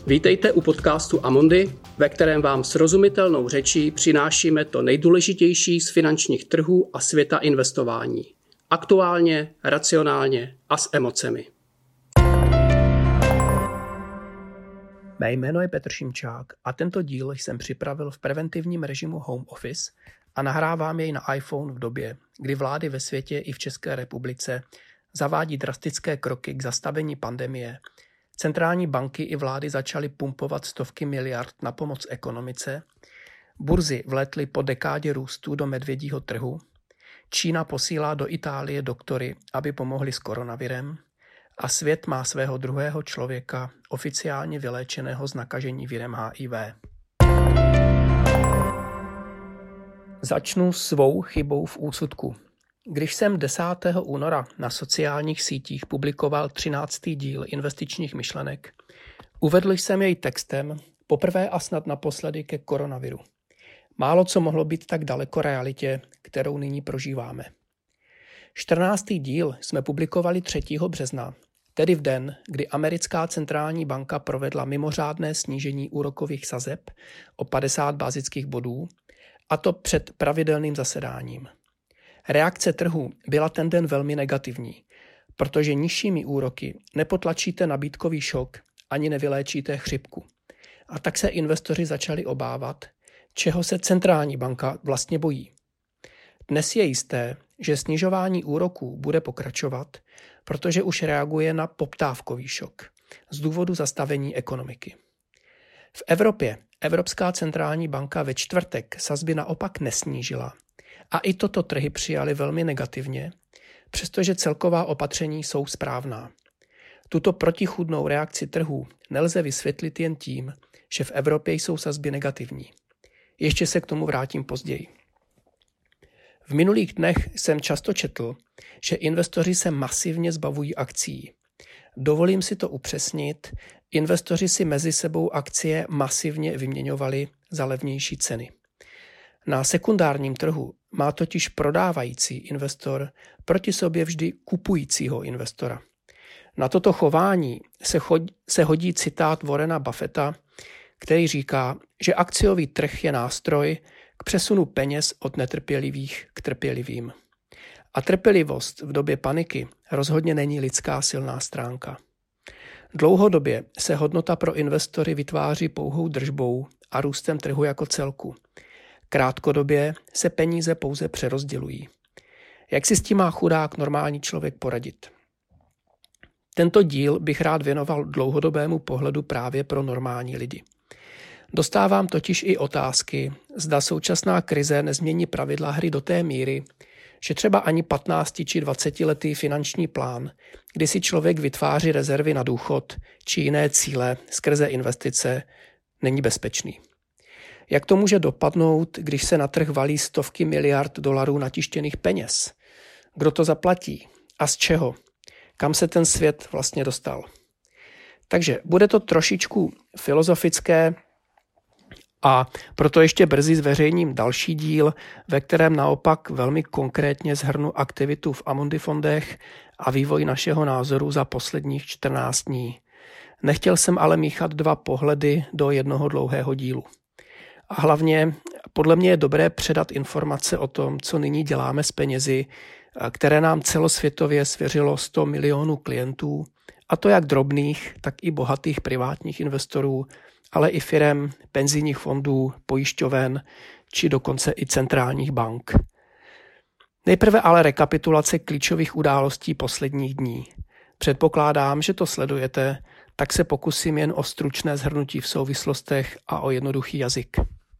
Vítejte u podcastu Amundi, ve kterém vám srozumitelnou řečí přinášíme to nejdůležitější z finančních trhů a světa investování. Aktuálně, racionálně a s emocemi. Mé jméno je Petr Šimčák a tento díl jsem připravil v preventivním režimu home office a nahrávám jej na iPhone v době, kdy vlády ve světě i v České republice zavádí drastické kroky k zastavení pandemie. Centrální banky i vlády začaly pumpovat stovky miliard na pomoc ekonomice, burzy vletly po dekádě růstu do medvědího trhu, Čína posílá do Itálie doktory, aby pomohli s koronavirem a svět má svého druhého člověka oficiálně vyléčeného z nakažení virem HIV. Začnu svou chybou v úsudku. Když jsem 10. února na sociálních sítích publikoval 13. díl investičních myšlenek, uvedl jsem jej textem poprvé a snad naposledy ke koronaviru. Málo co mohlo být tak daleko realitě, kterou nyní prožíváme. 14. díl jsme publikovali 3. března, tedy v den, kdy americká centrální banka provedla mimořádné snížení úrokových sazeb o 50 bazických bodů, a to před pravidelným zasedáním. Reakce trhu byla ten den velmi negativní, protože nižšími úroky nepotlačíte nabídkový šok ani nevyléčíte chřipku. A tak se investoři začali obávat, čeho se centrální banka vlastně bojí. Dnes je jisté, že snižování úroků bude pokračovat, protože už reaguje na poptávkový šok z důvodu zastavení ekonomiky. V Evropě Evropská centrální banka ve čtvrtek sazby naopak nesnížila a i toto trhy přijaly velmi negativně, přestože celková opatření jsou správná. Tuto protichůdnou reakci trhů nelze vysvětlit jen tím, že v Evropě jsou sazby negativní. Ještě se k tomu vrátím později. V minulých dnech jsem často četl, že investoři se masivně zbavují akcií. Dovolím si to upřesnit, investoři si mezi sebou akcie masivně vyměňovali za levnější ceny. Na sekundárním trhu má totiž prodávající investor proti sobě vždy kupujícího investora. Na toto chování se hodí citát Warrena Buffetta, který říká, že akciový trh je nástroj k přesunu peněz od netrpělivých k trpělivým. A trpělivost v době paniky rozhodně není lidská silná stránka. Dlouhodobě se hodnota pro investory vytváří pouhou držbou a růstem trhu jako celku. Krátkodobě se peníze pouze přerozdělují. Jak si s tím má chudák normální člověk poradit? Tento díl bych rád věnoval dlouhodobému pohledu právě pro normální lidi. Dostávám totiž i otázky, zda současná krize nezmění pravidla hry do té míry, že třeba ani 15 či 20 letý finanční plán, kdy si člověk vytváří rezervy na důchod či jiné cíle skrze investice, není bezpečný. Jak to může dopadnout, když se na trh valí stovky miliard dolarů natištěných peněz? Kdo to zaplatí? A z čeho? Kam se ten svět vlastně dostal? Takže bude to trošičku filozofické a proto ještě brzy zveřejním další díl, ve kterém naopak velmi konkrétně shrnu aktivitu v Amundi fondech a vývoj našeho názoru za posledních 14 dní. Nechtěl jsem ale míchat dva pohledy do jednoho dlouhého dílu. A hlavně podle mě je dobré předat informace o tom, co nyní děláme s penězi, které nám celosvětově svěřilo 100 milionů klientů, a to jak drobných, tak i bohatých privátních investorů, ale i firem, penzijních fondů, pojišťoven či dokonce i centrálních bank. Nejprve ale rekapitulace klíčových událostí posledních dní. Předpokládám, že to sledujete, tak se pokusím jen o stručné shrnutí v souvislostech a o jednoduchý jazyk.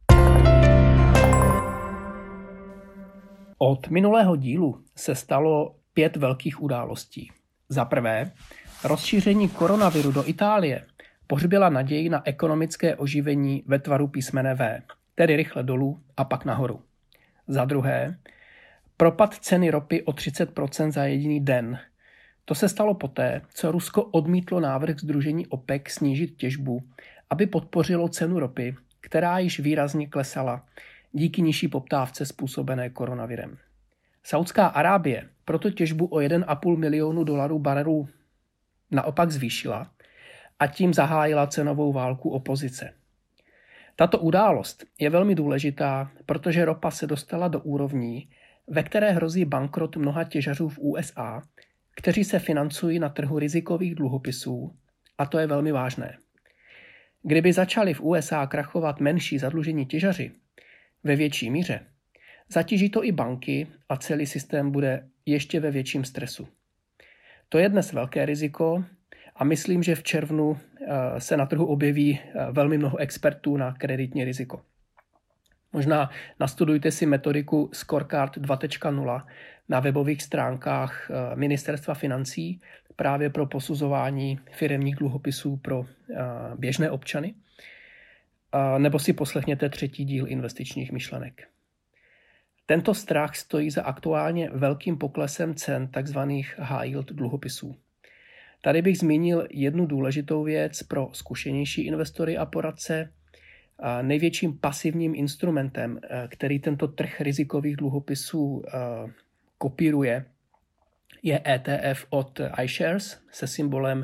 Od minulého dílu se stalo 5 velkých událostí. Za prvé, rozšíření koronaviru do Itálie pohřbila naději na ekonomické oživení ve tvaru písmene V, tedy rychle dolů a pak nahoru. Za druhé, propad ceny ropy o 30% za jediný den. To se stalo poté, co Rusko odmítlo návrh sdružení OPEC snížit těžbu, aby podpořilo cenu ropy, která již výrazně klesala díky nižší poptávce způsobené koronavirem. Saudská Arábie proto těžbu o $1,5 milionu barelů naopak zvýšila a tím zahájila cenovou válku opozice. Tato událost je velmi důležitá, protože ropa se dostala do úrovní, ve které hrozí bankrot mnoha těžařů v USA, kteří se financují na trhu rizikových dluhopisů, a to je velmi vážné. Kdyby začali v USA krachovat menší zadlužení těžaři ve větší míře, zatíží to i banky a celý systém bude ještě ve větším stresu. To je dnes velké riziko a myslím, že v červnu se na trhu objeví velmi mnoho expertů na kreditní riziko. Možná nastudujte si metodiku Scorecard 2.0 na webových stránkách Ministerstva financí právě pro posuzování firemních dluhopisů pro běžné občany, nebo si poslechněte 3. díl investičních myšlenek. Tento strach stojí za aktuálně velkým poklesem cen tzv. High yield dluhopisů. Tady bych zmínil jednu důležitou věc pro zkušenější investory a poradce. Největším pasivním instrumentem, který tento trh rizikových dluhopisů kopíruje, je ETF od iShares se symbolem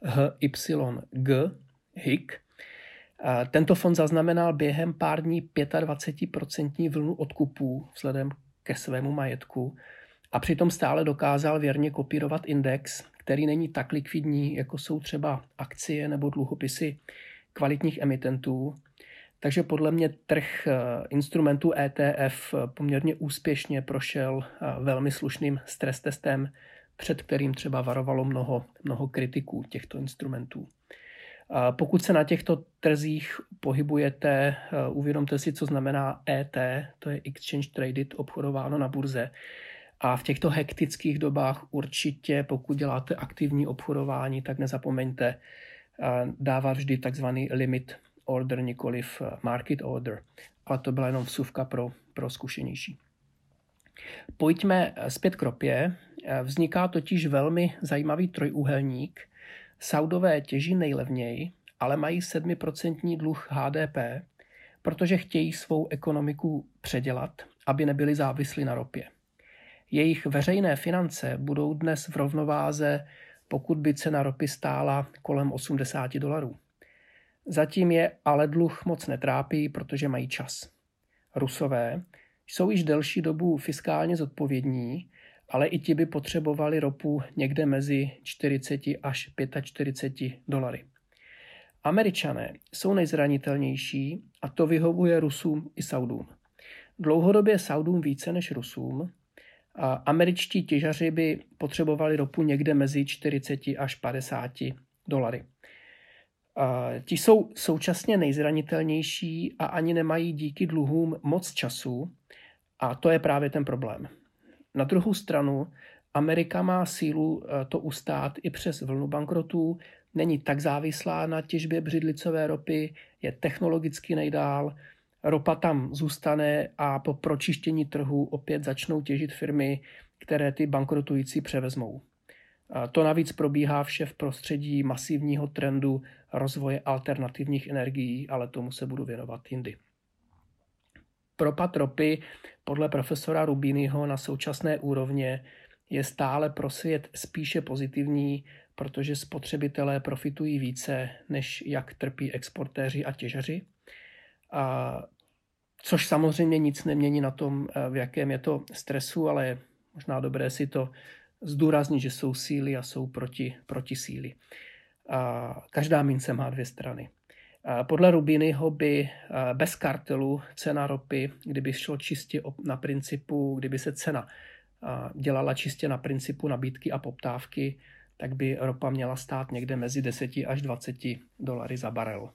HYG. Tento fond zaznamenal během pár dní 25% vlnu odkupů vzhledem ke svému majetku a přitom stále dokázal věrně kopírovat index, který není tak likvidní, jako jsou třeba akcie nebo dluhopisy kvalitních emitentů. Takže podle mě trh instrumentů ETF poměrně úspěšně prošel velmi slušným stres testem, před kterým třeba varovalo mnoho kritiků těchto instrumentů. Pokud se na těchto trzích pohybujete, uvědomte si, co znamená ET, to je Exchange Traded, obchodováno na burze. A v těchto hektických dobách určitě, pokud děláte aktivní obchodování, tak nezapomeňte dávat vždy takzvaný limit order, nikoliv market order. Ale to byla jenom vsuvka pro zkušenější. Pojďme zpět k ropě. Vzniká totiž velmi zajímavý trojúhelník. Saudové těží nejlevněji, ale mají 7% dluh HDP, protože chtějí svou ekonomiku předělat, aby nebyli závislí na ropě. Jejich veřejné finance budou dnes v rovnováze, pokud by cena ropy stála kolem $80. Zatím je ale dluh moc netrápí, protože mají čas. Rusové jsou již delší dobu fiskálně zodpovědní, ale i ti by potřebovali ropu někde mezi 40 až $45. Američané jsou nejzranitelnější a to vyhovuje Rusům i Saudům. Dlouhodobě Saudům více než Rusům. A američtí těžaři by potřebovali ropu někde mezi 40 až $50. Ti jsou současně nejzranitelnější a ani nemají díky dluhům moc času a to je právě ten problém. Na druhou stranu Amerika má sílu to ustát i přes vlnu bankrotů, není tak závislá na těžbě břidlicové ropy, je technologicky nejdál, ropa tam zůstane a po pročištění trhu opět začnou těžit firmy, které ty bankrotující převezmou. To navíc probíhá vše v prostředí masivního trendu rozvoje alternativních energií, ale tomu se budu věnovat jindy. Propad ropy podle profesora Rubiniho na současné úrovně je stále pro svět spíše pozitivní, protože spotřebitelé profitují více, než jak trpí exportéři a těžaři. Což samozřejmě nic nemění na tom, v jakém je to stresu, ale je možná dobré si to zdůraznit, že jsou síly a jsou proti síly. Každá mince má dvě strany. Podle Rubiniho by bez kartelu cena ropy, kdyby šlo čistě na principu, kdyby se cena dělala čistě na principu nabídky a poptávky, tak by ropa měla stát někde mezi 10 až $20 za barel.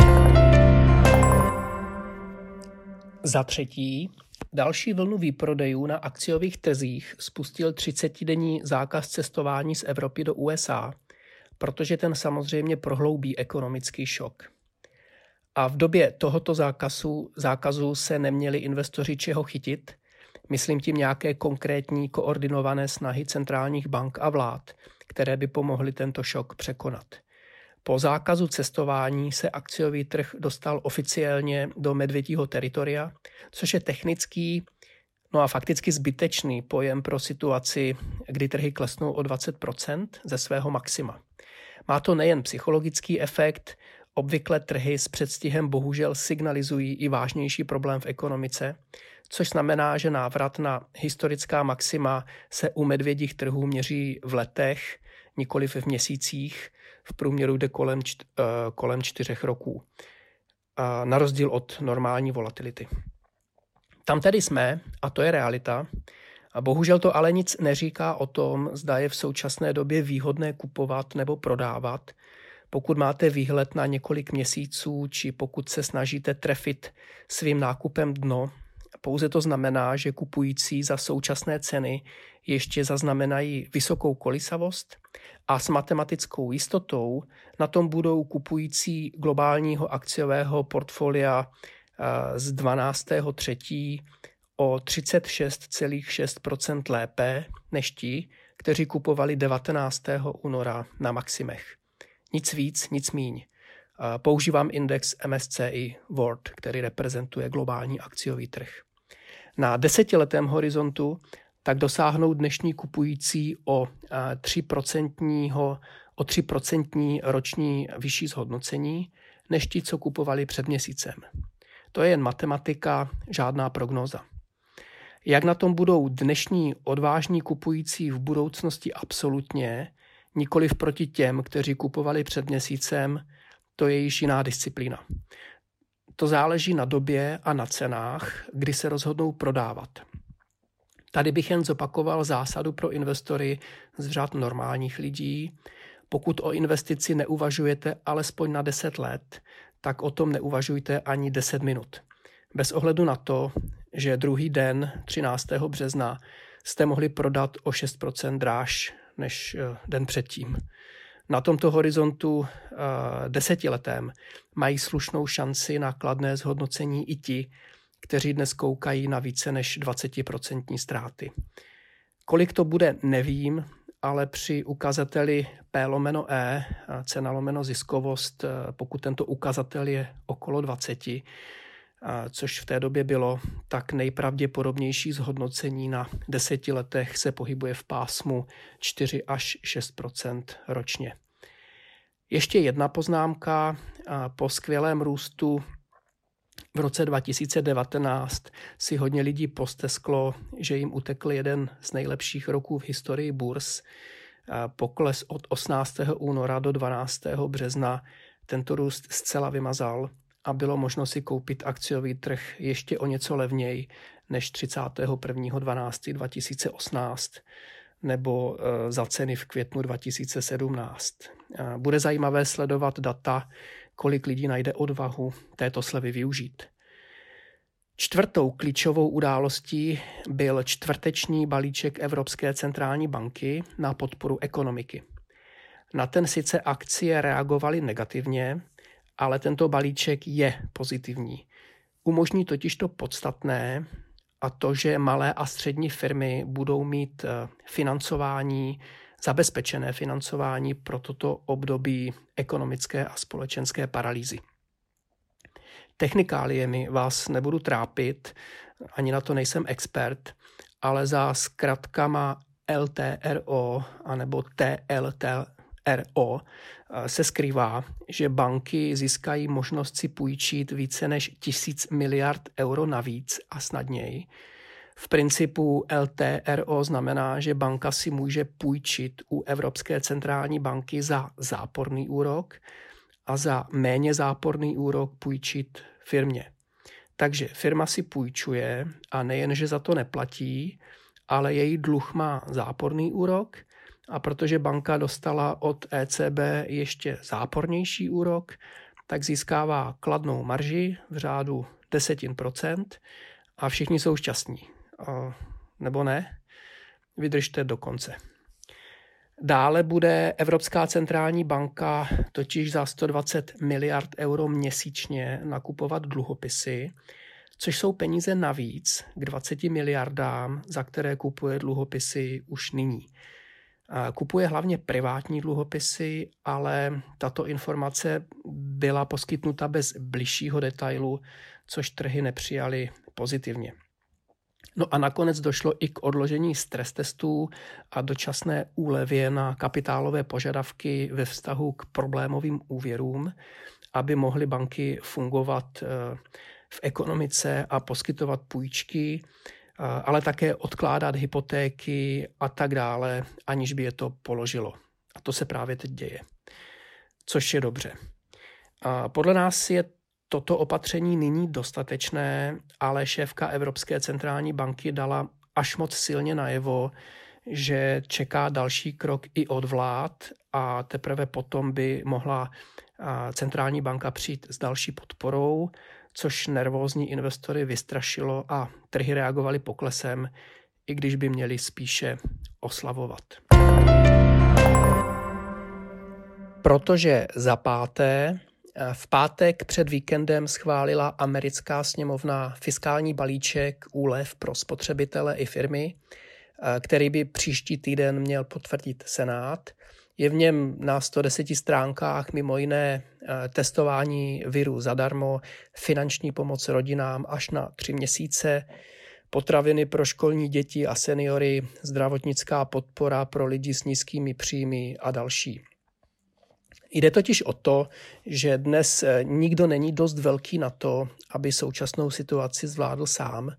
Za třetí, další vlnu výprodejů na akciových trzích spustil 30denní zákaz cestování z Evropy do USA, protože ten samozřejmě prohloubí ekonomický šok. A v době tohoto zákazu se neměli investoři čeho chytit, myslím tím nějaké konkrétní koordinované snahy centrálních bank a vlád, které by pomohly tento šok překonat. Po zákazu cestování se akciový trh dostal oficiálně do medvědího teritoria, což je technický, No a fakticky zbytečný pojem pro situaci, kdy trhy klesnou o 20% ze svého maxima. Má to nejen psychologický efekt, obvykle trhy s předstihem bohužel signalizují i vážnější problém v ekonomice, což znamená, že návrat na historická maxima se u medvědích trhů měří v letech, nikoliv v měsících, v průměru jde kolem 4 roků, na rozdíl od normální volatility. Tam tedy jsme, a to je realita, a bohužel to ale nic neříká o tom, zda je v současné době výhodné kupovat nebo prodávat, pokud máte výhled na několik měsíců, či pokud se snažíte trefit svým nákupem dno. Pouze to znamená, že kupující za současné ceny ještě zaznamenají vysokou kolísavost a s matematickou jistotou na tom budou kupující globálního akciového portfolia z 12.3. o 36,6% lépe než ti, kteří kupovali 19. února na maximech. Nic víc, nic míň. Používám index MSCI World, který reprezentuje globální akciový trh. Na 10letém horizontu tak dosáhnou dnešní kupující o 3% roční vyšší zhodnocení, než ti, co kupovali před měsícem. To je jen matematika, žádná prognóza. Jak na tom budou dnešní odvážní kupující v budoucnosti absolutně, nikoliv proti těm, kteří kupovali před měsícem, to je již jiná disciplína. To záleží na době a na cenách, kdy se rozhodnou prodávat. Tady bych jen zopakoval zásadu pro investory z řad normálních lidí. Pokud o investici neuvažujete alespoň na 10 let, tak o tom neuvažujte ani 10 minut. Bez ohledu na to, že druhý den 13. března jste mohli prodat o 6% dráž než den předtím. Na tomto horizontu 10letém mají slušnou šanci na kladné zhodnocení i ti, kteří dnes koukají na více než 20% ztráty. Kolik to bude, nevím, ale při ukazateli P/E, cena/ziskovost, pokud tento ukazatel je okolo 20, což v té době bylo, tak nejpravděpodobnější zhodnocení na 10 letech se pohybuje v pásmu 4 až 6% ročně. Ještě jedna poznámka. Po skvělém růstu v roce 2019 si hodně lidí postesklo, že jim utekl jeden z nejlepších roků v historii burz. Pokles od 18. února do 12. března tento růst zcela vymazal a bylo možno si koupit akciový trh ještě o něco levněji než 31.12.2018 nebo za ceny v květnu 2017. Bude zajímavé sledovat data, kolik lidí najde odvahu této slevy využít. Čtvrtou klíčovou událostí byl čtvrteční balíček Evropské centrální banky na podporu ekonomiky. Na ten sice akcie reagovaly negativně, ale tento balíček je pozitivní. Umožní totiž to podstatné, a to, že malé a střední firmy budou mít zabezpečené financování pro toto období ekonomické a společenské paralýzy. Technikáliemi vás nebudu trápit, ani na to nejsem expert, ale za zkratkama LTRO anebo TLTRO se skrývá, že banky získají možnost si půjčit více než 1000 miliard euro navíc a snadněji. V principu LTRO znamená, že banka si může půjčit u Evropské centrální banky za záporný úrok a za méně záporný úrok půjčit firmě. Takže firma si půjčuje a nejen, že za to neplatí, ale její dluh má záporný úrok a protože banka dostala od ECB ještě zápornější úrok, tak získává kladnou marži v řádu 10% a všichni jsou šťastní. Nebo ne? Vydržte do konce. Dále bude Evropská centrální banka totiž za 120 miliard euro měsíčně nakupovat dluhopisy, což jsou peníze navíc k 20 miliardám, za které kupuje dluhopisy už nyní. Kupuje hlavně privátní dluhopisy, ale tato informace byla poskytnuta bez bližšího detailu, což trhy nepřijaly pozitivně. No a nakonec došlo i k odložení stres testů a dočasné úlevě na kapitálové požadavky ve vztahu k problémovým úvěrům, aby mohly banky fungovat v ekonomice a poskytovat půjčky, ale také odkládat hypotéky a tak dále, aniž by je to položilo. A to se právě teď děje, což je dobře. A podle nás je toto opatření nyní dostatečné, ale šéfka Evropské centrální banky dala až moc silně najevo, že čeká další krok i od vlád a teprve potom by mohla centrální banka přijít s další podporou, což nervózní investory vystrašilo a trhy reagovaly poklesem, i když by měli spíše oslavovat. Protože za páté, v pátek před víkendem schválila americká sněmovna fiskální balíček úlev pro spotřebitele i firmy, který by příští týden měl potvrdit Senát. Je v něm na 110 stránkách mimo jiné testování viru zadarmo, finanční pomoc rodinám až na 3 měsíce, potraviny pro školní děti a seniory, zdravotnická podpora pro lidi s nízkými příjmy a další. Jde totiž o to, že dnes nikdo není dost velký na to, aby současnou situaci zvládl sám.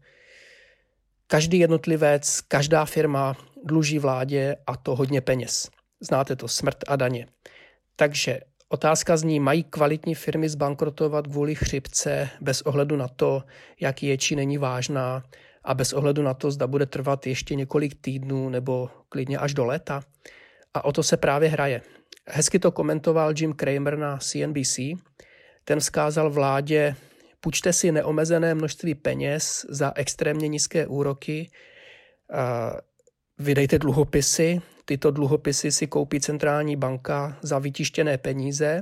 Každý jednotlivec, každá firma dluží vládě a to hodně peněz. Znáte to, smrt a daně. Takže otázka zní, mají kvalitní firmy zbankrotovat kvůli chřipce bez ohledu na to, jaký je či není vážná a bez ohledu na to, zda bude trvat ještě několik týdnů nebo klidně až do léta. A o to se právě hraje. Hezky to komentoval Jim Cramer na CNBC. Ten vzkázal vládě, půjčte si neomezené množství peněz za extrémně nízké úroky, vydejte dluhopisy, tyto dluhopisy si koupí centrální banka za vytištěné peníze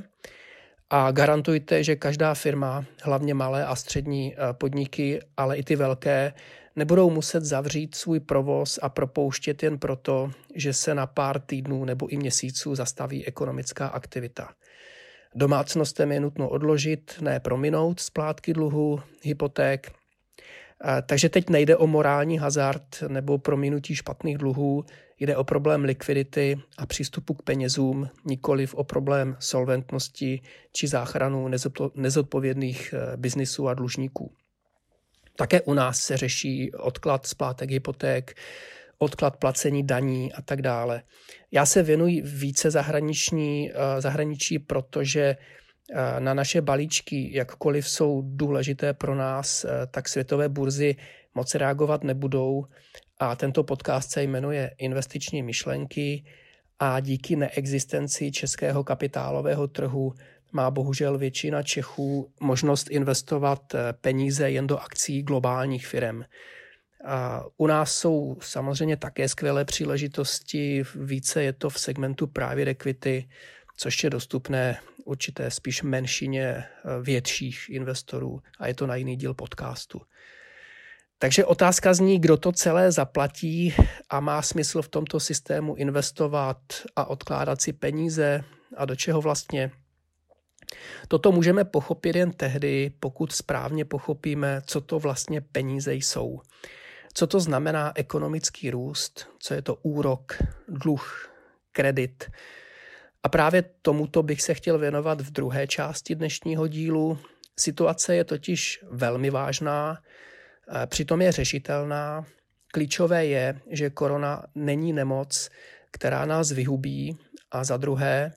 a garantujte, že každá firma, hlavně malé a střední podniky, ale i ty velké, nebudou muset zavřít svůj provoz a propouštět jen proto, že se na pár týdnů nebo i měsíců zastaví ekonomická aktivita. Domácnostem je nutno odložit, ne prominout splátky dluhu, hypoték. Takže teď nejde o morální hazard nebo prominutí špatných dluhů, jde o problém likvidity a přístupu k penězům, nikoliv o problém solventnosti či záchranu nezodpovědných biznisů a dlužníků. Také u nás se řeší odklad splátek hypoték, odklad placení daní a tak dále. Já se věnuji více zahraničí, protože na naše balíčky, jakkoliv jsou důležité pro nás, tak světové burzy moc reagovat nebudou. A tento podcast se jmenuje Investiční myšlenky a díky neexistenci českého kapitálového trhu má bohužel většina Čechů možnost investovat peníze jen do akcií globálních firem. A u nás jsou samozřejmě také skvělé příležitosti, více je to v segmentu private equity, což je dostupné určité spíš menšině větších investorů a je to na jiný díl podcastu. Takže otázka zní, kdo to celé zaplatí a má smysl v tomto systému investovat a odkládat si peníze a do čeho vlastně. Toto můžeme pochopit jen tehdy, pokud správně pochopíme, co to vlastně peníze jsou. Co to znamená ekonomický růst, co je to úrok, dluh, kredit. A právě tomuto bych se chtěl věnovat v druhé části dnešního dílu. Situace je totiž velmi vážná, přitom je řešitelná. Klíčové je, že korona není nemoc, která nás vyhubí, a za druhé,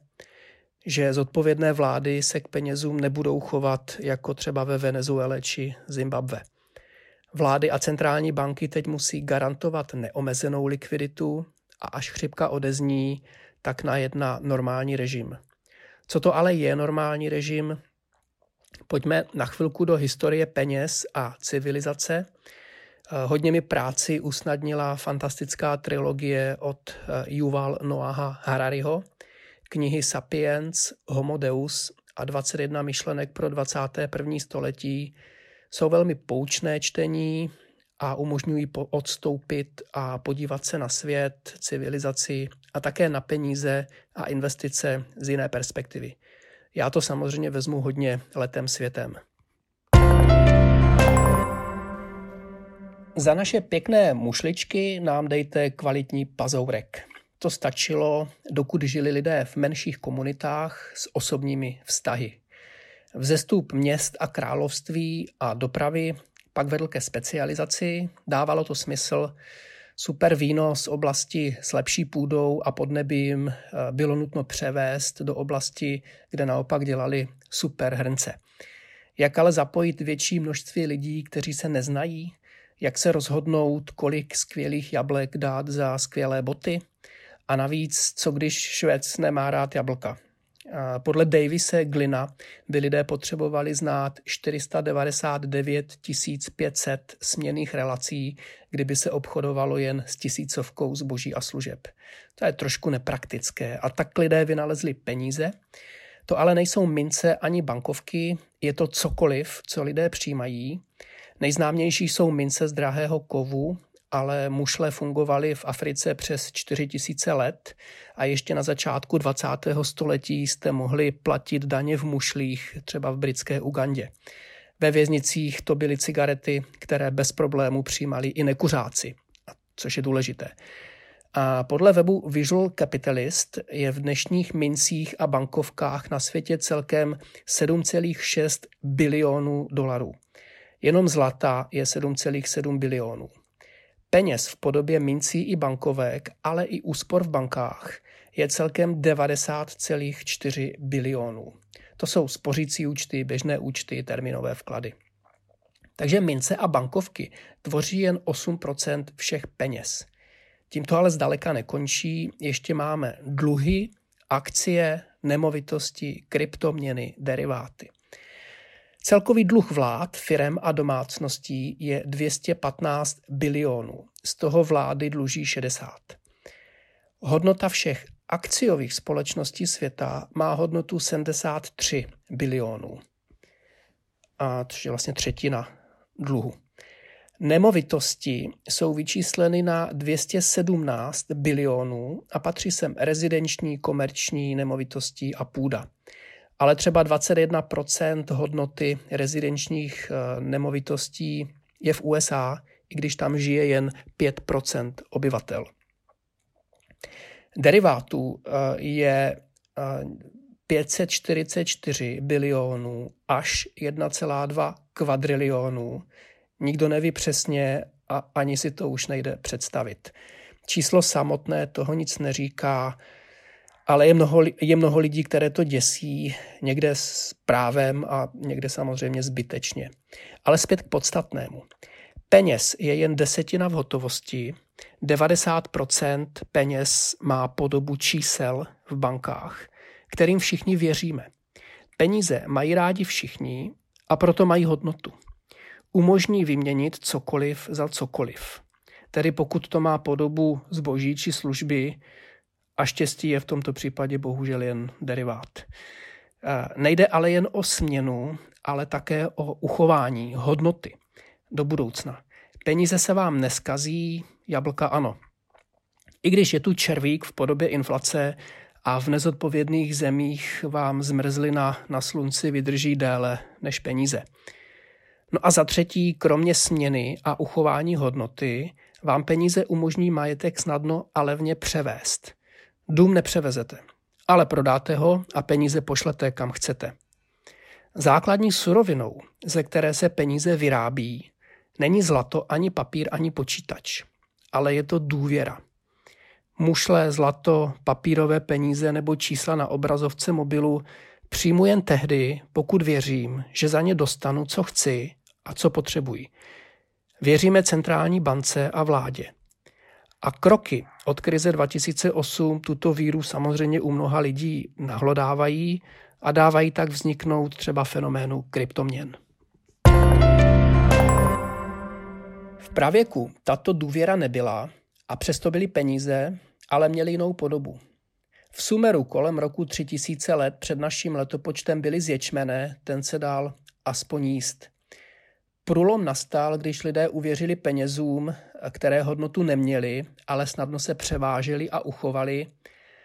že zodpovědné vlády se k penězům nebudou chovat jako třeba ve Venezuele či Zimbabwe. Vlády a centrální banky teď musí garantovat neomezenou likviditu a až chřipka odezní, tak najedna normální režim. Co to ale je normální režim? Pojďme na chvilku do historie peněz a civilizace. Hodně mi práci usnadnila fantastická trilogie od Yuval Noaha Harariho, knihy Sapiens, Homo Deus a 21 myšlenek pro 21. století. Jsou velmi poučné čtení a umožňují odstoupit a podívat se na svět, civilizaci a také na peníze a investice z jiné perspektivy. Já to samozřejmě vezmu hodně letem světem. Za naše pěkné mušličky nám dejte kvalitní pazourek. To stačilo, dokud žili lidé v menších komunitách s osobními vztahy. Vzestup měst a království a dopravy pak vedl ke specializaci, dávalo to smysl. Super víno z oblasti s lepší půdou a podnebím bylo nutno převést do oblasti, kde naopak dělali super hrnce. Jak ale zapojit větší množství lidí, kteří se neznají? Jak se rozhodnout, kolik skvělých jablek dát za skvělé boty? A navíc, co když Švec nemá rád jablka? Podle Davise Glynna by lidé potřebovali znát 499 500 směnných relací, kdyby se obchodovalo jen s 1000 zboží a služeb. To je trošku nepraktické. A tak lidé vynalezli peníze. To ale nejsou mince ani bankovky, je to cokoliv, co lidé přijímají. Nejznámější jsou mince z drahého kovu, ale mušle fungovaly v Africe přes 4000 let a ještě na začátku 20. století jste mohli platit daně v mušlích, třeba v britské Ugandě. Ve věznicích to byly cigarety, které bez problému přijímali i nekuřáci, což je důležité. A podle webu Visual Capitalist je v dnešních mincích a bankovkách na světě celkem 7,6 bilionů dolarů. Jenom zlata je 7,7 bilionů. Peněz v podobě mincí i bankovek, ale i úspor v bankách je celkem 90,4 bilionů. To jsou spořící účty, běžné účty, termínové vklady. Takže mince a bankovky tvoří jen 8% všech peněz. Tím to ale zdaleka nekončí, ještě máme dluhy, akcie, nemovitosti, kryptoměny, deriváty. Celkový dluh vlád, firem a domácností je 215 bilionů, z toho vlády dluží 60. Hodnota všech akciových společností světa má hodnotu 73 bilionů, a což je vlastně třetina dluhu. Nemovitosti jsou vyčísleny na 217 bilionů a patří sem rezidenční, komerční nemovitosti a půda. Ale třeba 21% hodnoty rezidenčních nemovitostí je v USA, i když tam žije jen 5% obyvatel. Derivátů je 544 bilionů až 1,2 kvadrilionů. Nikdo neví přesně a ani si to už nejde představit. Číslo samotné toho nic neříká, ale je mnoho lidí, které to děsí, někde s právem a někde samozřejmě zbytečně. Ale zpět k podstatnému. Peněz je jen 10% v hotovosti, 90% peněz má podobu čísel v bankách, kterým všichni věříme. Peníze mají rádi všichni a proto mají hodnotu. Umožní vyměnit cokoliv za cokoliv. Tedy pokud to má podobu zboží či služby, a štěstí je v tomto případě bohužel jen derivát. Nejde ale jen o směnu, ale také o uchování hodnoty do budoucna. Peníze se vám neskazí, jablka ano. I když je tu červík v podobě inflace a v nezodpovědných zemích vám zmrzlina na slunci vydrží déle než peníze. No a za třetí, kromě směny a uchování hodnoty, vám peníze umožní majetek snadno a levně převést. Dům nepřevezete, ale prodáte ho a peníze pošlete kam chcete. Základní surovinou, ze které se peníze vyrábí, není zlato, ani papír, ani počítač, ale je to důvěra. Mušle, zlato, papírové peníze nebo čísla na obrazovce mobilu přijmu jen tehdy, pokud věřím, že za ně dostanu, co chci a co potřebuji. Věříme centrální bance a vládě. A kroky od krize 2008 tuto víru samozřejmě u mnoha lidí nahlodávají a dávají tak vzniknout třeba fenoménu kryptoměn. V pravěku tato důvěra nebyla a přesto byly peníze, ale měly jinou podobu. V Sumeru kolem roku 3000 let před naším letopočtem byly z ječmene, ten se dal aspoň jíst. Průlom nastal, když lidé uvěřili penězům, které hodnotu neměly, ale snadno se převážely a uchovaly.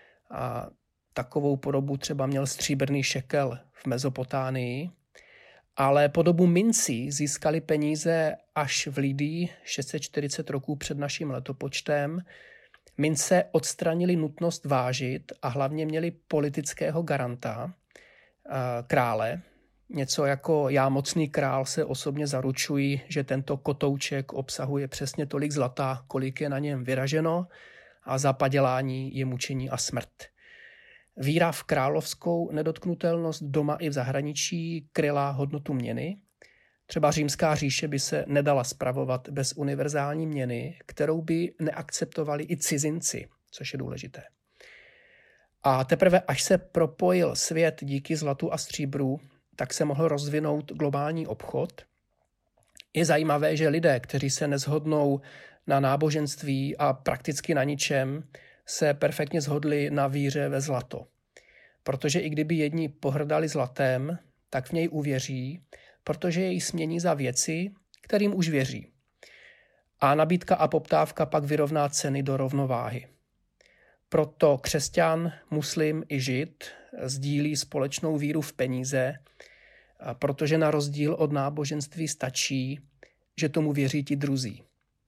A takovou podobu třeba měl stříbrný šekel v Mezopotánii. ale po dobu mincí získali peníze až v Lydii 640 roků před naším letopočtem. Mince odstranili nutnost vážit a hlavně měli politického garanta, krále. Něco jako já mocný král se osobně zaručuji, že tento kotouček obsahuje přesně tolik zlata, kolik je na něm vyraženo, a za padělání je mučení a smrt. Víra v královskou nedotknutelnost doma i v zahraničí kryla hodnotu měny. Třeba Římská říše by se nedala spravovat bez univerzální měny, kterou by neakceptovali i cizinci, což je důležité. A teprve až se propojil svět díky zlatu a stříbru, tak se mohl rozvinout globální obchod. Je zajímavé, že lidé, kteří se neshodnou na náboženství a prakticky na ničem, se perfektně shodli na víře ve zlato. Protože i kdyby jedni pohrdali zlatem, tak v něj uvěří, protože jej smění za věci, kterým už věří. A nabídka a poptávka pak vyrovná ceny do rovnováhy. Proto křesťan, muslim i žid sdílí společnou víru v peníze, protože na rozdíl od náboženství stačí, že tomu věří ti druzí.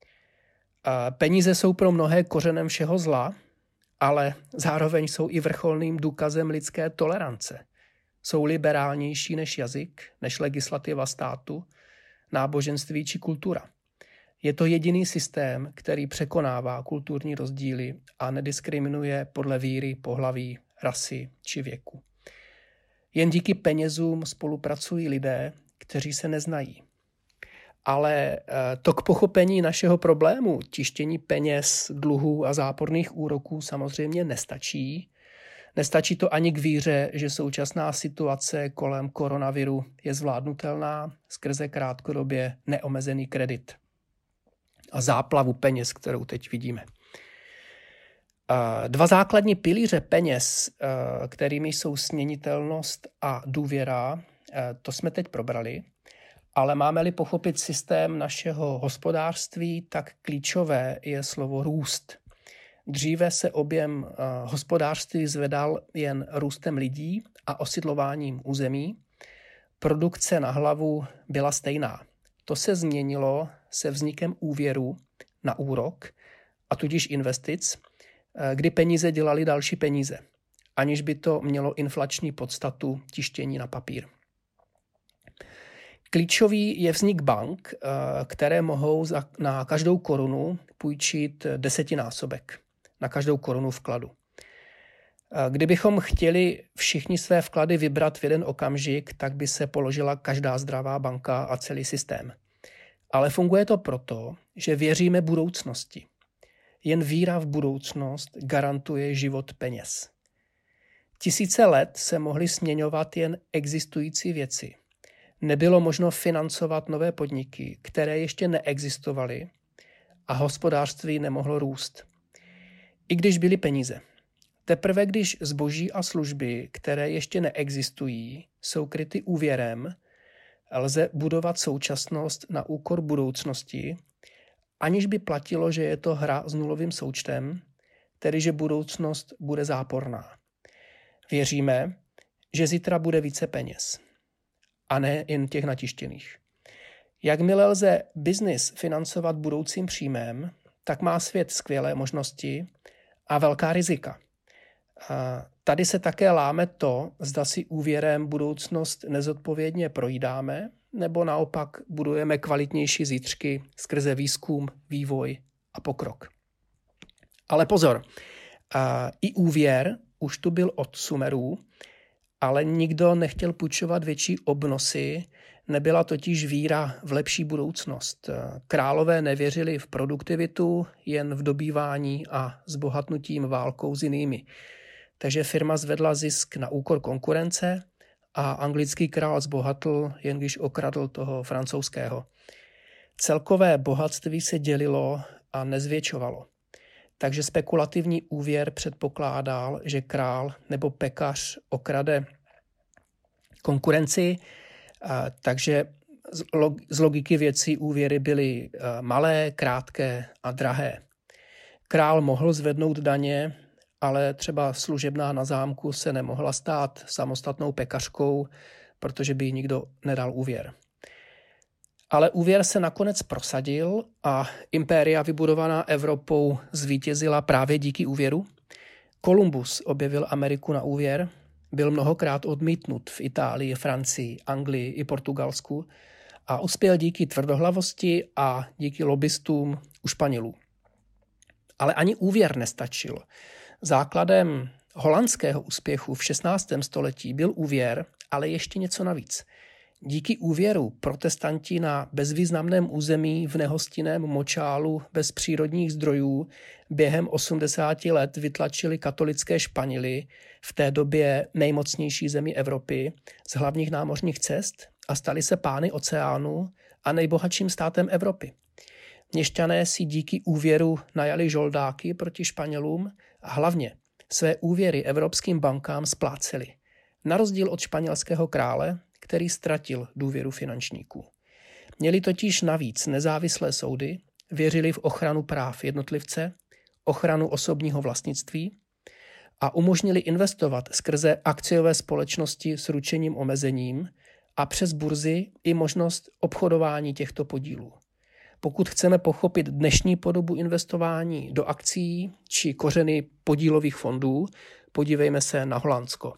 Peníze jsou pro mnohé kořenem všeho zla, ale zároveň jsou i vrcholným důkazem lidské tolerance. Jsou liberálnější než jazyk, než legislativa státu, náboženství či kultura. Je to jediný systém, který překonává kulturní rozdíly a nediskriminuje podle víry, pohlaví, rasy či věku. Jen díky penězům spolupracují lidé, kteří se neznají. Ale to k pochopení našeho problému, tištění peněz, dluhů a záporných úroků samozřejmě nestačí. Nestačí to ani k víře, že současná situace kolem koronaviru je zvládnutelná skrze krátkodobě neomezený kredit a záplavu peněz, kterou teď vidíme. Dva základní pilíře peněz, kterými jsou směnitelnost a důvěra, to jsme teď probrali, ale máme-li pochopit systém našeho hospodářství, tak klíčové je slovo růst. Dříve se objem hospodářství zvedal jen růstem lidí a osidlováním území. Produkce na hlavu byla stejná. To se změnilo se vznikem úvěru na úrok a tudíž investic, kdy peníze dělaly další peníze, aniž by to mělo inflační podstatu tištění na papír. Klíčový je vznik bank, které mohou na každou korunu půjčit 10násobek, na každou korunu vkladu. Kdybychom chtěli všichni své vklady vybrat v jeden okamžik, tak by se položila každá zdravá banka a celý systém. Ale funguje to proto, že věříme budoucnosti. Jen víra v budoucnost garantuje život peněz. Tisíce let se mohly směňovat jen existující věci. Nebylo možno financovat nové podniky, které ještě neexistovaly, a hospodářství nemohlo růst. I když byly peníze. Teprve když zboží a služby, které ještě neexistují, jsou kryty úvěrem, lze budovat současnost na úkor budoucnosti, aniž by platilo, že je to hra s nulovým součtem, tedy že budoucnost bude záporná. Věříme, že zítra bude více peněz, a ne jen těch natištěných. Jakmile lze biznis financovat budoucím příjmem, tak má svět skvělé možnosti a velká rizika. A tady se také láme to, zda si úvěrem budoucnost nezodpovědně projídáme, nebo naopak budujeme kvalitnější zítřky skrze výzkum, vývoj a pokrok. Ale pozor, i úvěr už tu byl od Sumerů, ale nikdo nechtěl půjčovat větší obnosy, nebyla totiž víra v lepší budoucnost. Králové nevěřili v produktivitu, jen v dobývání a zbohatnutím válkou s jinými. Takže firma zvedla zisk na úkor konkurence a anglický král zbohatl, jen když okradl toho francouzského. Celkové bohatství se dělilo a nezvětšovalo. Takže spekulativní úvěr předpokládal, že král nebo pekař okrade konkurenci, takže z logiky věcí úvěry byly malé, krátké a drahé. Král mohl zvednout daně, ale třeba služebná na zámku se nemohla stát samostatnou pekařkou, protože by jí nikdo nedal úvěr. Ale úvěr se nakonec prosadil a impéria vybudovaná Evropou zvítězila právě díky úvěru. Kolumbus objevil Ameriku na úvěr, byl mnohokrát odmítnut v Itálii, Francii, Anglii i Portugalsku a uspěl díky tvrdohlavosti a díky lobbystům u Španělů. Ale ani úvěr nestačil. Základem holandského úspěchu v 16. století byl úvěr, ale ještě něco navíc. Díky úvěru protestanti na bezvýznamném území v nehostinném močálu bez přírodních zdrojů během 80 let vytlačili katolické Španěly, v té době nejmocnější zemi Evropy, z hlavních námořních cest a stali se pány oceánu a nejbohatším státem Evropy. Měšťané si díky úvěru najali žoldáky proti Španělům a hlavně své úvěry evropským bankám spláceli. Na rozdíl od španělského krále, který ztratil důvěru finančníků. Měli totiž navíc nezávislé soudy, věřili v ochranu práv jednotlivce, ochranu osobního vlastnictví a umožnili investovat skrze akciové společnosti s ručením omezením a přes burzy i možnost obchodování těchto podílů. Pokud chceme pochopit dnešní podobu investování do akcií či kořeny podílových fondů, podívejme se na Holandsko.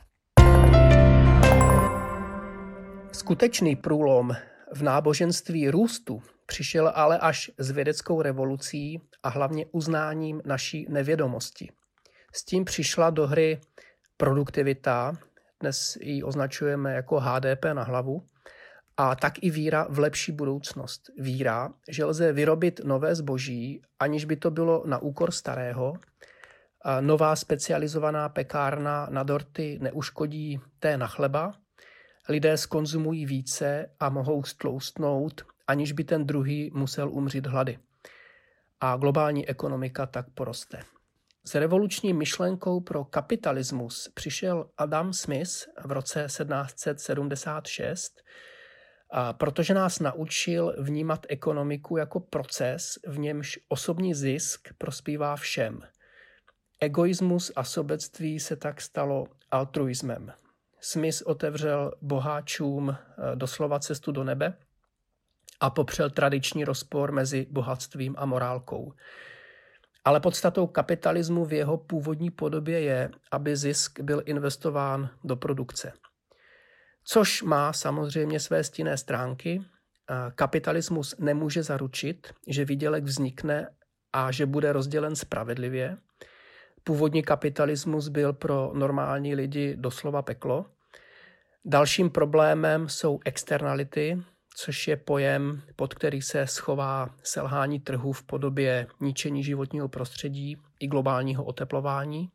Skutečný průlom v náboženství růstu přišel ale až s vědeckou revolucí a hlavně uznáním naší nevědomosti. S tím přišla do hry produktivita, dnes ji označujeme jako HDP na hlavu, a tak i víra v lepší budoucnost. Víra, že lze vyrobit nové zboží, aniž by to bylo na úkor starého. A nová specializovaná pekárna na dorty neuškodí té na chleba. Lidé zkonzumují více a mohou stloustnout, aniž by ten druhý musel umřít hlady. A globální ekonomika tak poroste. S revoluční myšlenkou pro kapitalismus přišel Adam Smith v roce 1776, protože nás naučil vnímat ekonomiku jako proces, v němž osobní zisk prospívá všem. Egoismus a sobectví se tak stalo altruismem. Smith otevřel boháčům doslova cestu do nebe a popřel tradiční rozpor mezi bohatstvím a morálkou. Ale podstatou kapitalismu v jeho původní podobě je, aby zisk byl investován do produkce. Což má samozřejmě své stinné stránky. Kapitalismus nemůže zaručit, že výdělek vznikne a že bude rozdělen spravedlivě. Původní kapitalismus byl pro normální lidi doslova peklo. Dalším problémem jsou externality, což je pojem, pod který se schová selhání trhu v podobě ničení životního prostředí i globálního oteplování.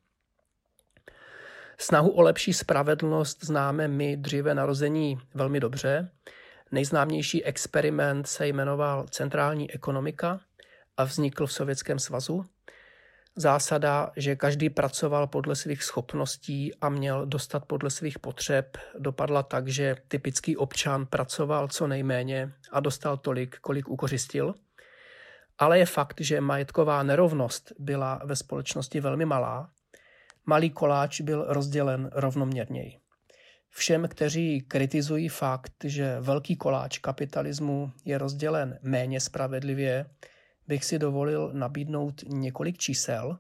Snahu o lepší spravedlnost známe my dříve narození velmi dobře. Nejznámější experiment se jmenoval centrální ekonomika a vznikl v Sovětském svazu. Zásada, že každý pracoval podle svých schopností a měl dostat podle svých potřeb, dopadla tak, že typický občan pracoval co nejméně a dostal tolik, kolik ukořistil. Ale je fakt, že majetková nerovnost byla ve společnosti velmi malá. Malý koláč byl rozdělen rovnoměrněji. Všem, kteří kritizují fakt, že velký koláč kapitalismu je rozdělen méně spravedlivě, bych si dovolil nabídnout několik čísel.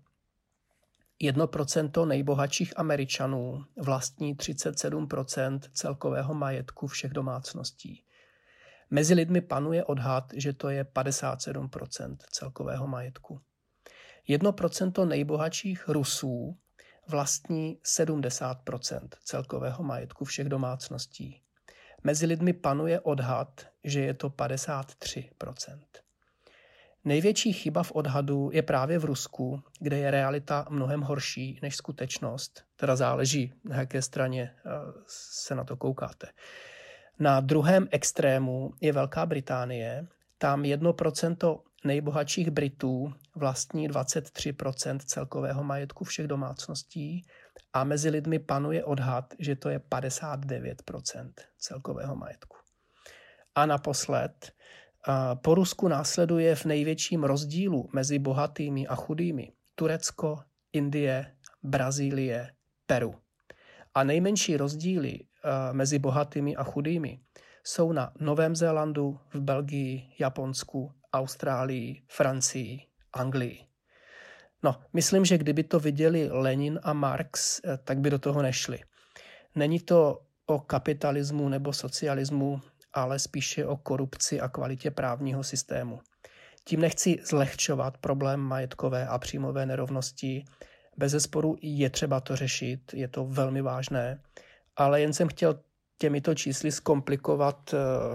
1% nejbohatších Američanů vlastní 37% celkového majetku všech domácností. Mezi lidmi panuje odhad, že to je 57% celkového majetku. 1% nejbohatších Rusů vlastní 70% celkového majetku všech domácností. Mezi lidmi panuje odhad, že je to 53%. Největší chyba v odhadu je právě v Rusku, kde je realita mnohem horší než skutečnost. Teda záleží, na jaké straně se na to koukáte. Na druhém extrému je Velká Británie. Tam 1% nejbohatších Britů vlastní 23% celkového majetku všech domácností a mezi lidmi panuje odhad, že to je 59% celkového majetku. A naposled po Rusku následuje v největším rozdílu mezi bohatými a chudými Turecko, Indie, Brazílie, Peru. A nejmenší rozdíly mezi bohatými a chudými jsou na Novém Zélandu, v Belgii, Japonsku, Austrálii, Francii, Anglii. No, myslím, že kdyby to viděli Lenin a Marx, tak by do toho nešli. Není to o kapitalismu nebo socialismu, ale spíše o korupci a kvalitě právního systému. Tím nechci zlehčovat problém majetkové a příjmové nerovnosti. Bezesporu je třeba to řešit, je to velmi vážné, ale jen jsem chtěl těmito čísly zkomplikovat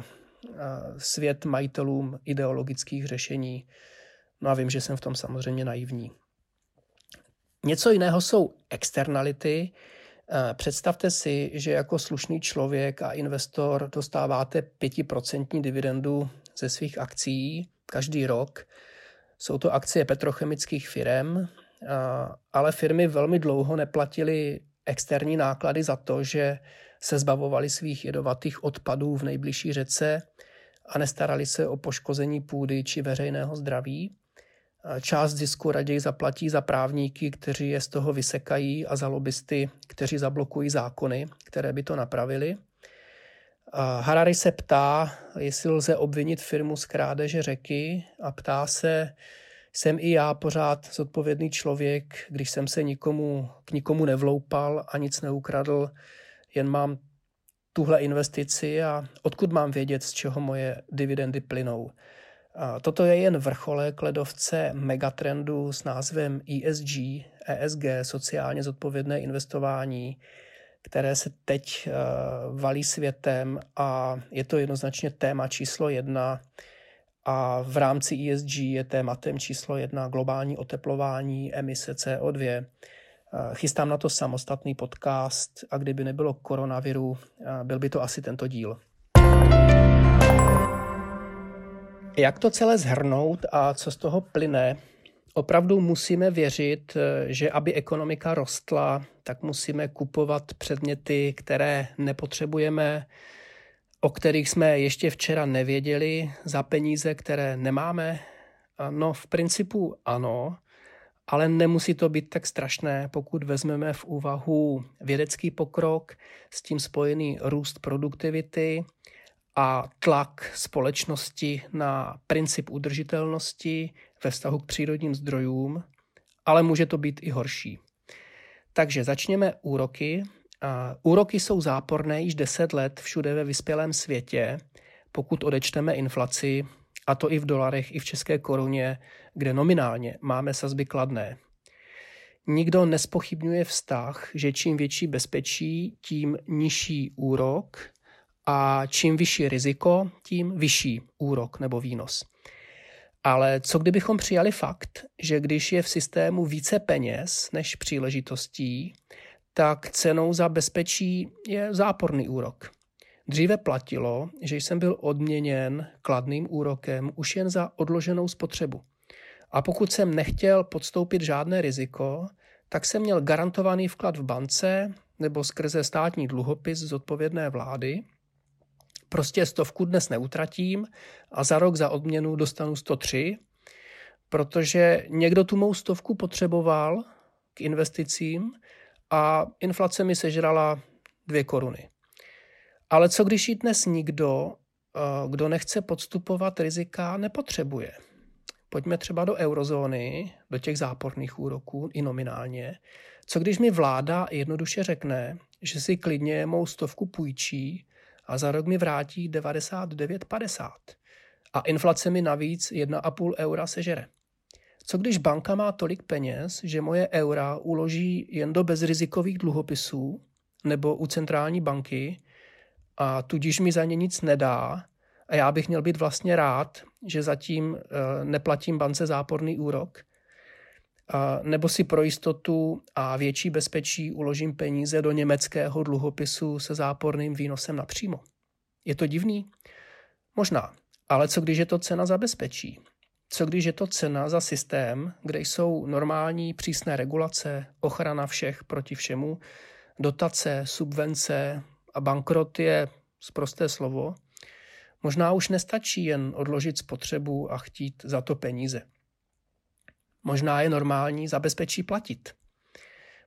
svět majitelům ideologických řešení. No a vím, že jsem v tom samozřejmě naivní. Něco jiného jsou externality. Představte si, že jako slušný člověk a investor dostáváte 5% dividendu ze svých akcií každý rok. Jsou to akcie petrochemických firem, ale firmy velmi dlouho neplatily externí náklady za to, že se zbavovali svých jedovatých odpadů v nejbližší řece a nestarali se o poškození půdy či veřejného zdraví. Část zisku raději zaplatí za právníky, kteří je z toho vysekají, a za lobbysty, kteří zablokují zákony, které by to napravili. Harari se ptá, jestli lze obvinit firmu z krádeže řeky, a ptá se, jsem i já pořád zodpovědný člověk, když jsem se k nikomu nevloupal a nic neukradl, jen mám tuhle investici a odkud mám vědět, z čeho moje dividendy plynou. Toto je jen vrcholek ledovce megatrendu s názvem ESG, sociálně zodpovědné investování, které se teď valí světem a je to jednoznačně téma číslo 1 a v rámci ESG je tématem číslo 1 globální oteplování, emise CO2. Chystám na to samostatný podcast a kdyby nebylo koronaviru, byl by to asi tento díl. Jak to celé shrnout a co z toho plyne? Opravdu musíme věřit, že aby ekonomika rostla, tak musíme kupovat předměty, které nepotřebujeme, o kterých jsme ještě včera nevěděli, za peníze, které nemáme. No, v principu ano, ale nemusí to být tak strašné, pokud vezmeme v úvahu vědecký pokrok, s tím spojený růst produktivity a tlak společnosti na princip udržitelnosti ve vztahu k přírodním zdrojům, ale může to být i horší. Takže začněme úroky. Úroky jsou záporné již 10 let všude ve vyspělém světě, pokud odečteme inflaci, a to i v dolarech, i v české koruně, kde nominálně máme sazby kladné. Nikdo nespochybňuje vztah, že čím větší bezpečí, tím nižší úrok, a čím vyšší riziko, tím vyšší úrok nebo výnos. Ale co kdybychom přijali fakt, že když je v systému více peněz než příležitostí, tak cenou za bezpečí je záporný úrok. Dříve platilo, že jsem byl odměněn kladným úrokem už jen za odloženou spotřebu. A pokud jsem nechtěl podstoupit žádné riziko, tak jsem měl garantovaný vklad v bance nebo skrze státní dluhopis zodpovědné vlády. Prostě 100 dnes neutratím a za rok za odměnu dostanu 103, protože někdo tu mou 100 potřeboval k investicím a inflace mi sežrala 2 koruny. Ale co když ji dnes nikdo, kdo nechce podstupovat rizika, nepotřebuje? Pojďme třeba do eurozóny, do těch záporných úroků i nominálně. Co když mi vláda jednoduše řekne, že si klidně mou 100 půjčí a za rok mi vrátí 99,50 a inflace mi navíc 1,5 eura sežere? Co když banka má tolik peněz, že moje eura uloží jen do bezrizikových dluhopisů nebo u centrální banky a tudíž mi za ně nic nedá a já bych měl být vlastně rád, že zatím neplatím bance záporný úrok, nebo si pro jistotu a větší bezpečí uložím peníze do německého dluhopisu se záporným výnosem napřímo. Je to divný? Možná, ale co když je to cena za bezpečí? Co když je to cena za systém, kde jsou normální přísné regulace, ochrana všech proti všemu, dotace, subvence a bankrot je sprosté slovo? Možná už nestačí jen odložit spotřebu a chtít za to peníze. Možná je normální za bezpečí platit.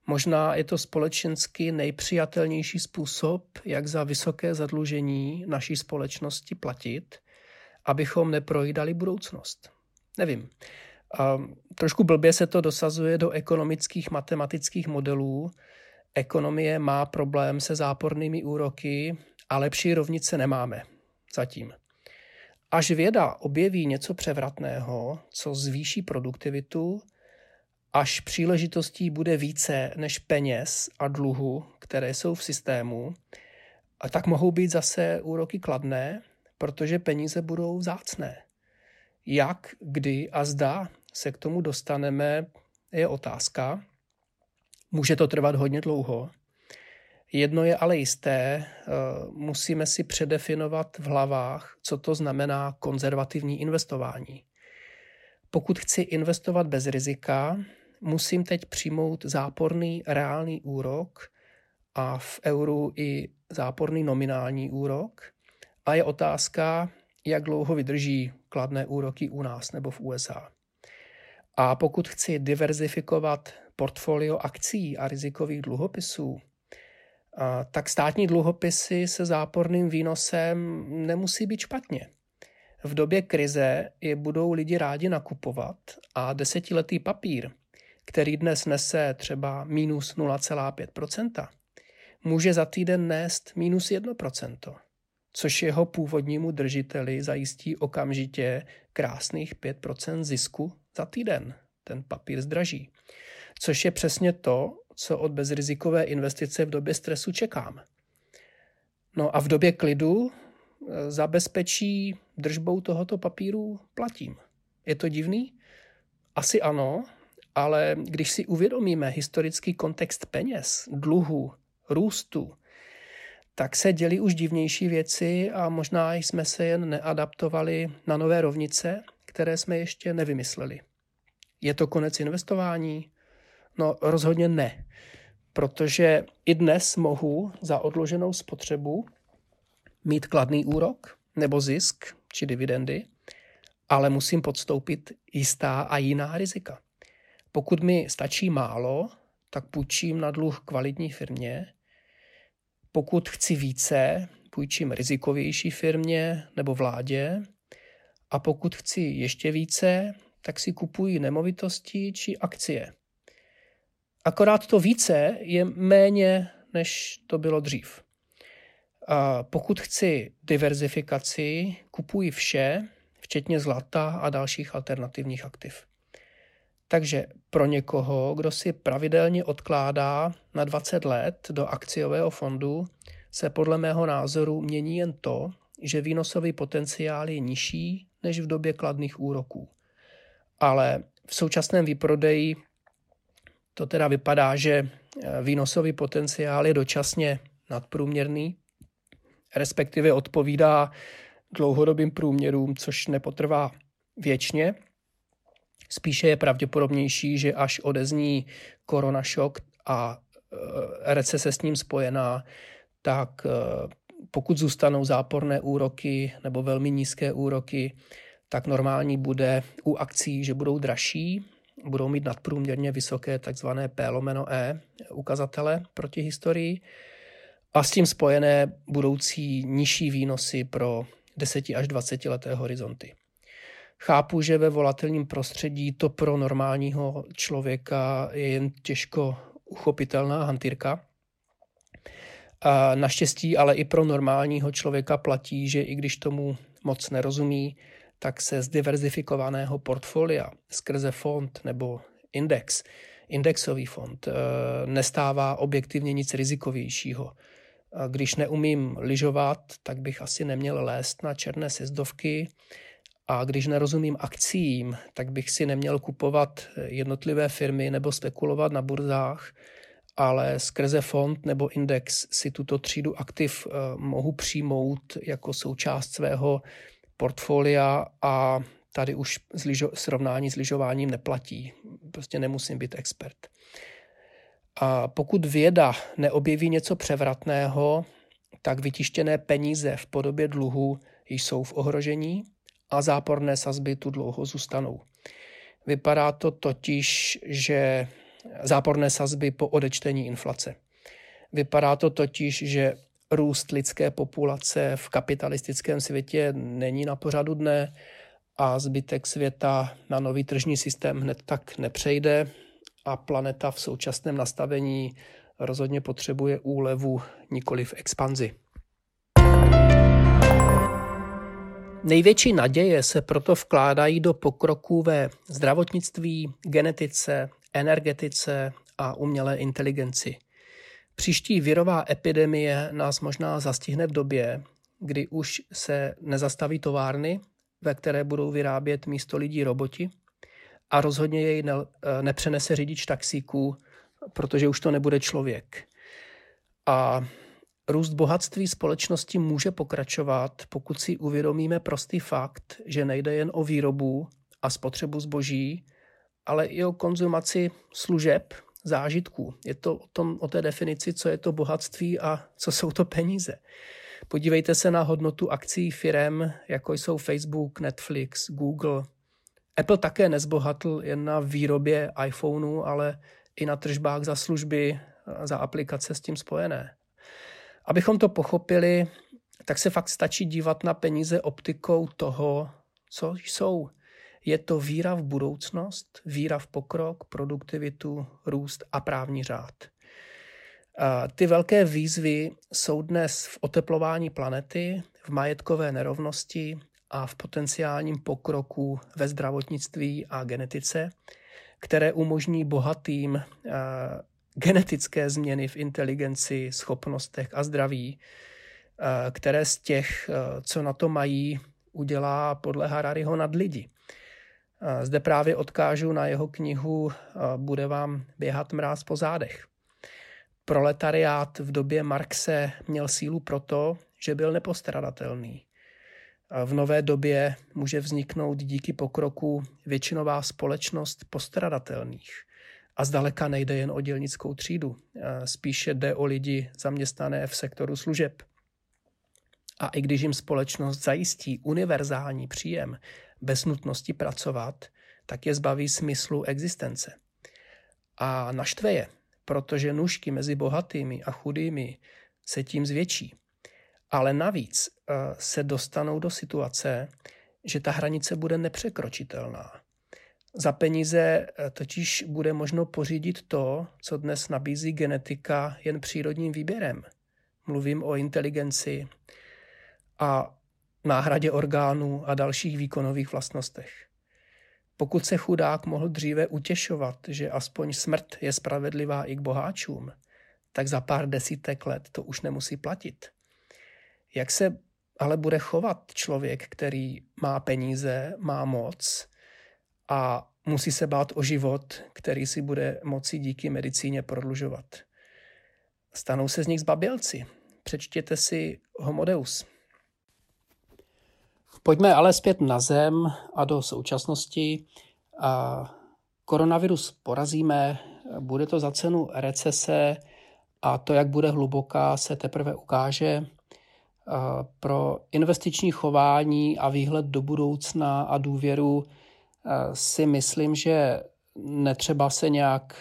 Možná je to společensky nejpřijatelnější způsob, jak za vysoké zadlužení naší společnosti platit, abychom neprojídali budoucnost. Nevím. Trošku blbě se to dosazuje do ekonomických matematických modelů. Ekonomie má problém se zápornými úroky a lepší rovnice nemáme zatím. Až věda objeví něco převratného, co zvýší produktivitu, až příležitostí bude více než peněz a dluhu, které jsou v systému, a tak mohou být zase úroky kladné, protože peníze budou vzácné. Jak, kdy a zda se k tomu dostaneme, je otázka. Může to trvat hodně dlouho. Jedno je ale jisté, musíme si předefinovat v hlavách, co to znamená konzervativní investování. Pokud chci investovat bez rizika, musím teď přijmout záporný reálný úrok a v euru i záporný nominální úrok. A je otázka, jak dlouho vydrží kladné úroky u nás nebo v USA. A pokud chci diverzifikovat portfolio akcií a rizikových dluhopisů, tak státní dluhopisy se záporným výnosem nemusí být špatně. V době krize je budou lidi rádi nakupovat a 10letý papír, který dnes nese třeba minus 0,5%, může za týden nést minus 1%, což jeho původnímu držiteli zajistí okamžitě krásných 5% zisku za týden. Ten papír zdraží. Což je přesně to, co od bezrizikové investice v době stresu čekám. No a v době klidu za bezpečí držbou tohoto papíru platím. Je to divný? Asi ano, ale když si uvědomíme historický kontext peněz, dluhu, růstu, tak se děly už divnější věci a možná jsme se jen neadaptovali na nové rovnice, které jsme ještě nevymysleli. Je to konec investování? No rozhodně ne, protože i dnes mohu za odloženou spotřebu mít kladný úrok nebo zisk či dividendy, ale musím podstoupit jistá a jiná rizika. Pokud mi stačí málo, tak půjčím na dluh kvalitní firmě. Pokud chci více, půjčím rizikovější firmě nebo vládě. A pokud chci ještě více, tak si kupuji nemovitosti či akcie. Akorát to více je méně, než to bylo dřív. A pokud chci diverzifikaci, kupuji vše, včetně zlata a dalších alternativních aktiv. Takže pro někoho, kdo si pravidelně odkládá na 20 let do akciového fondu, se podle mého názoru mění jen to, že výnosový potenciál je nižší než v době kladných úroků. Ale v současném výprodeji to teda vypadá, že výnosový potenciál je dočasně nadprůměrný, respektive odpovídá dlouhodobým průměrům, což nepotrvá věčně. Spíše je pravděpodobnější, že až odezní koronašok a recese s ním spojená, tak pokud zůstanou záporné úroky nebo velmi nízké úroky, tak normální bude u akcí, že budou dražší, budou mít nadprůměrně vysoké takzvané P/E ukazatele proti historii a s tím spojené budoucí nižší výnosy pro 10 až 20 leté horizonty. Chápu, že ve volatilním prostředí to pro normálního člověka je jen těžko uchopitelná hantýrka. A naštěstí ale i pro normálního člověka platí, že i když tomu moc nerozumí, tak se z diverzifikovaného portfolia skrze fond nebo indexový fond, nestává objektivně nic rizikovějšího. Když neumím lyžovat, tak bych asi neměl lézt na černé sjezdovky, a když nerozumím akciím, tak bych si neměl kupovat jednotlivé firmy nebo spekulovat na burzách, ale skrze fond nebo index si tuto třídu aktiv mohu přijmout jako součást svého portfolia a tady už srovnání s lyžováním neplatí. Prostě nemusím být expert. A pokud věda neobjeví něco převratného, tak vytištěné peníze v podobě dluhu jsou v ohrožení a záporné sazby tu dlouho zůstanou. Vypadá to totiž, že záporné sazby po odečtení inflace. Vypadá to totiž, že růst lidské populace v kapitalistickém světě není na pořadu dne a zbytek světa na nový tržní systém hned tak nepřejde a planeta v současném nastavení rozhodně potřebuje úlevu, nikoliv expanzi. Největší naděje se proto vkládají do pokroků ve zdravotnictví, genetice, energetice a umělé inteligenci. Příští virová epidemie nás možná zastihne v době, kdy už se nezastaví továrny, ve které budou vyrábět místo lidí roboti a rozhodně jej nepřenese řidič taxíků, protože už to nebude člověk. A růst bohatství společnosti může pokračovat, pokud si uvědomíme prostý fakt, že nejde jen o výrobu a spotřebu zboží, ale i o konzumaci služeb, zážitků. Je to o té definici, co je to bohatství a co jsou to peníze. Podívejte se na hodnotu akcií firem, jako jsou Facebook, Netflix, Google. Apple také nezbohatl jen na výrobě iPhoneu, ale i na tržbách za služby, za aplikace s tím spojené. Abychom to pochopili, tak se fakt stačí dívat na peníze optikou toho, co jsou. Je to víra v budoucnost, víra v pokrok, produktivitu, růst a právní řád. Ty velké výzvy jsou dnes v oteplování planety, v majetkové nerovnosti a v potenciálním pokroku ve zdravotnictví a genetice, které umožní bohatým genetické změny v inteligenci, schopnostech a zdraví, které z těch, co na to mají, udělá podle Harariho nadlidi. Zde právě odkážu na jeho knihu Bude vám běhat mráz po zádech. Proletariát v době Marxe měl sílu proto, že byl nepostradatelný. V nové době může vzniknout díky pokroku většinová společnost postradatelných. A zdaleka nejde jen o dělnickou třídu, spíše jde o lidi zaměstnané v sektoru služeb. A i když jim společnost zajistí univerzální příjem bez nutnosti pracovat, tak je zbaví smyslu existence. A naštve je, protože nůžky mezi bohatými a chudými se tím zvětší. Ale navíc se dostanou do situace, že ta hranice bude nepřekročitelná. Za peníze totiž bude možno pořídit to, co dnes nabízí genetika jen přírodním výběrem. Mluvím o inteligenci a náhradě orgánů a dalších výkonových vlastnostech. Pokud se chudák mohl dříve utěšovat, že aspoň smrt je spravedlivá i k boháčům, tak za pár desítek let to už nemusí platit. Jak se ale bude chovat člověk, který má peníze, má moc a musí se bát o život, který si bude moci díky medicíně prodlužovat? Stanou se z nich zbabělci. Přečtěte si Homo Deus. Pojďme ale zpět na zem a do současnosti. Koronavirus porazíme, bude to za cenu recese a to, jak bude hluboká, se teprve ukáže. Pro investiční chování a výhled do budoucna a důvěru si myslím, že netřeba se nějak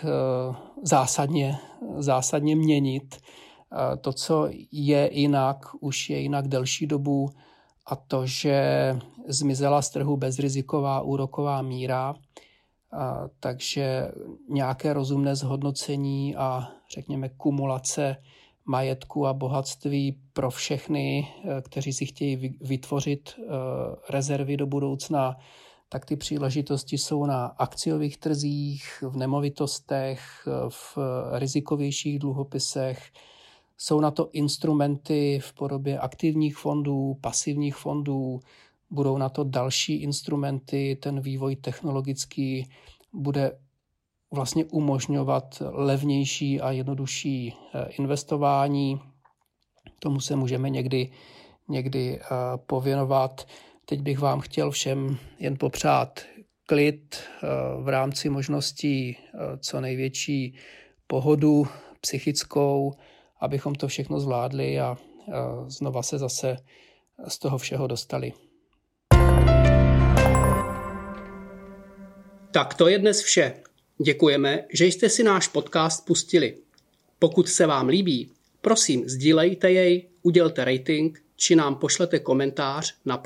zásadně měnit. To, co je jinak, už je jinak delší dobu, a to, že zmizela z trhu bezriziková úroková míra, takže nějaké rozumné zhodnocení a řekněme kumulace majetku a bohatství pro všechny, kteří si chtějí vytvořit rezervy do budoucna, tak ty příležitosti jsou na akciových trzích, v nemovitostech, v rizikovějších dluhopisech. Jsou na to instrumenty v podobě aktivních fondů, pasivních fondů, budou na to další instrumenty, ten vývoj technologický bude vlastně umožňovat levnější a jednodušší investování. Tomu se můžeme někdy pověnovat. Teď bych vám chtěl všem jen popřát klid, v rámci možností co největší pohodu psychickou, abychom to všechno zvládli a znova se zase z toho všeho dostali. Tak to je dnes vše. Děkujeme, že jste si náš podcast pustili. Pokud se vám líbí, prosím sdílejte jej, udělte rating či nám pošlete komentář na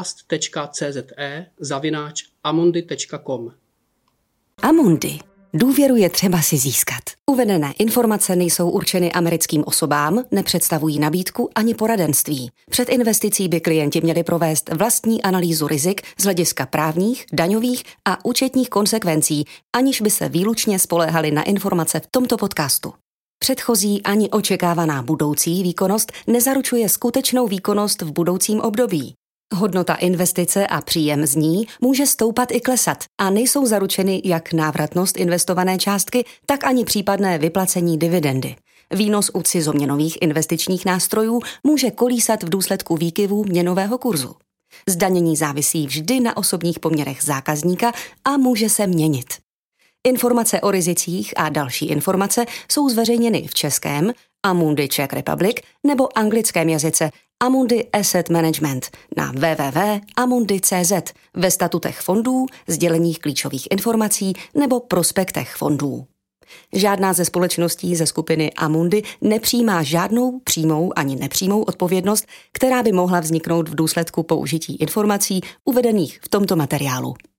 podcast.cze@amundi.com. Amundi. Důvěru je třeba si získat. Uvedené informace nejsou určeny americkým osobám, nepředstavují nabídku ani poradenství. Před investicí by klienti měli provést vlastní analýzu rizik z hlediska právních, daňových a účetních konsekvencí, aniž by se výlučně spoléhali na informace v tomto podcastu. Předchozí ani očekávaná budoucí výkonnost nezaručuje skutečnou výkonnost v budoucím období. Hodnota investice a příjem z ní může stoupat i klesat a nejsou zaručeny jak návratnost investované částky, tak ani případné vyplacení dividendy. Výnos u cizoměnových investičních nástrojů může kolísat v důsledku výkyvů měnového kurzu. Zdanění závisí vždy na osobních poměrech zákazníka a může se měnit. Informace o rizicích a další informace jsou zveřejněny v českém Amundi Czech Republic nebo anglickém jazyce Amundi Asset Management na www.amundi.cz, ve statutech fondů, sděleních klíčových informací nebo prospektech fondů. Žádná ze společností ze skupiny Amundi nepřijímá žádnou přímou ani nepřímou odpovědnost, která by mohla vzniknout v důsledku použití informací uvedených v tomto materiálu.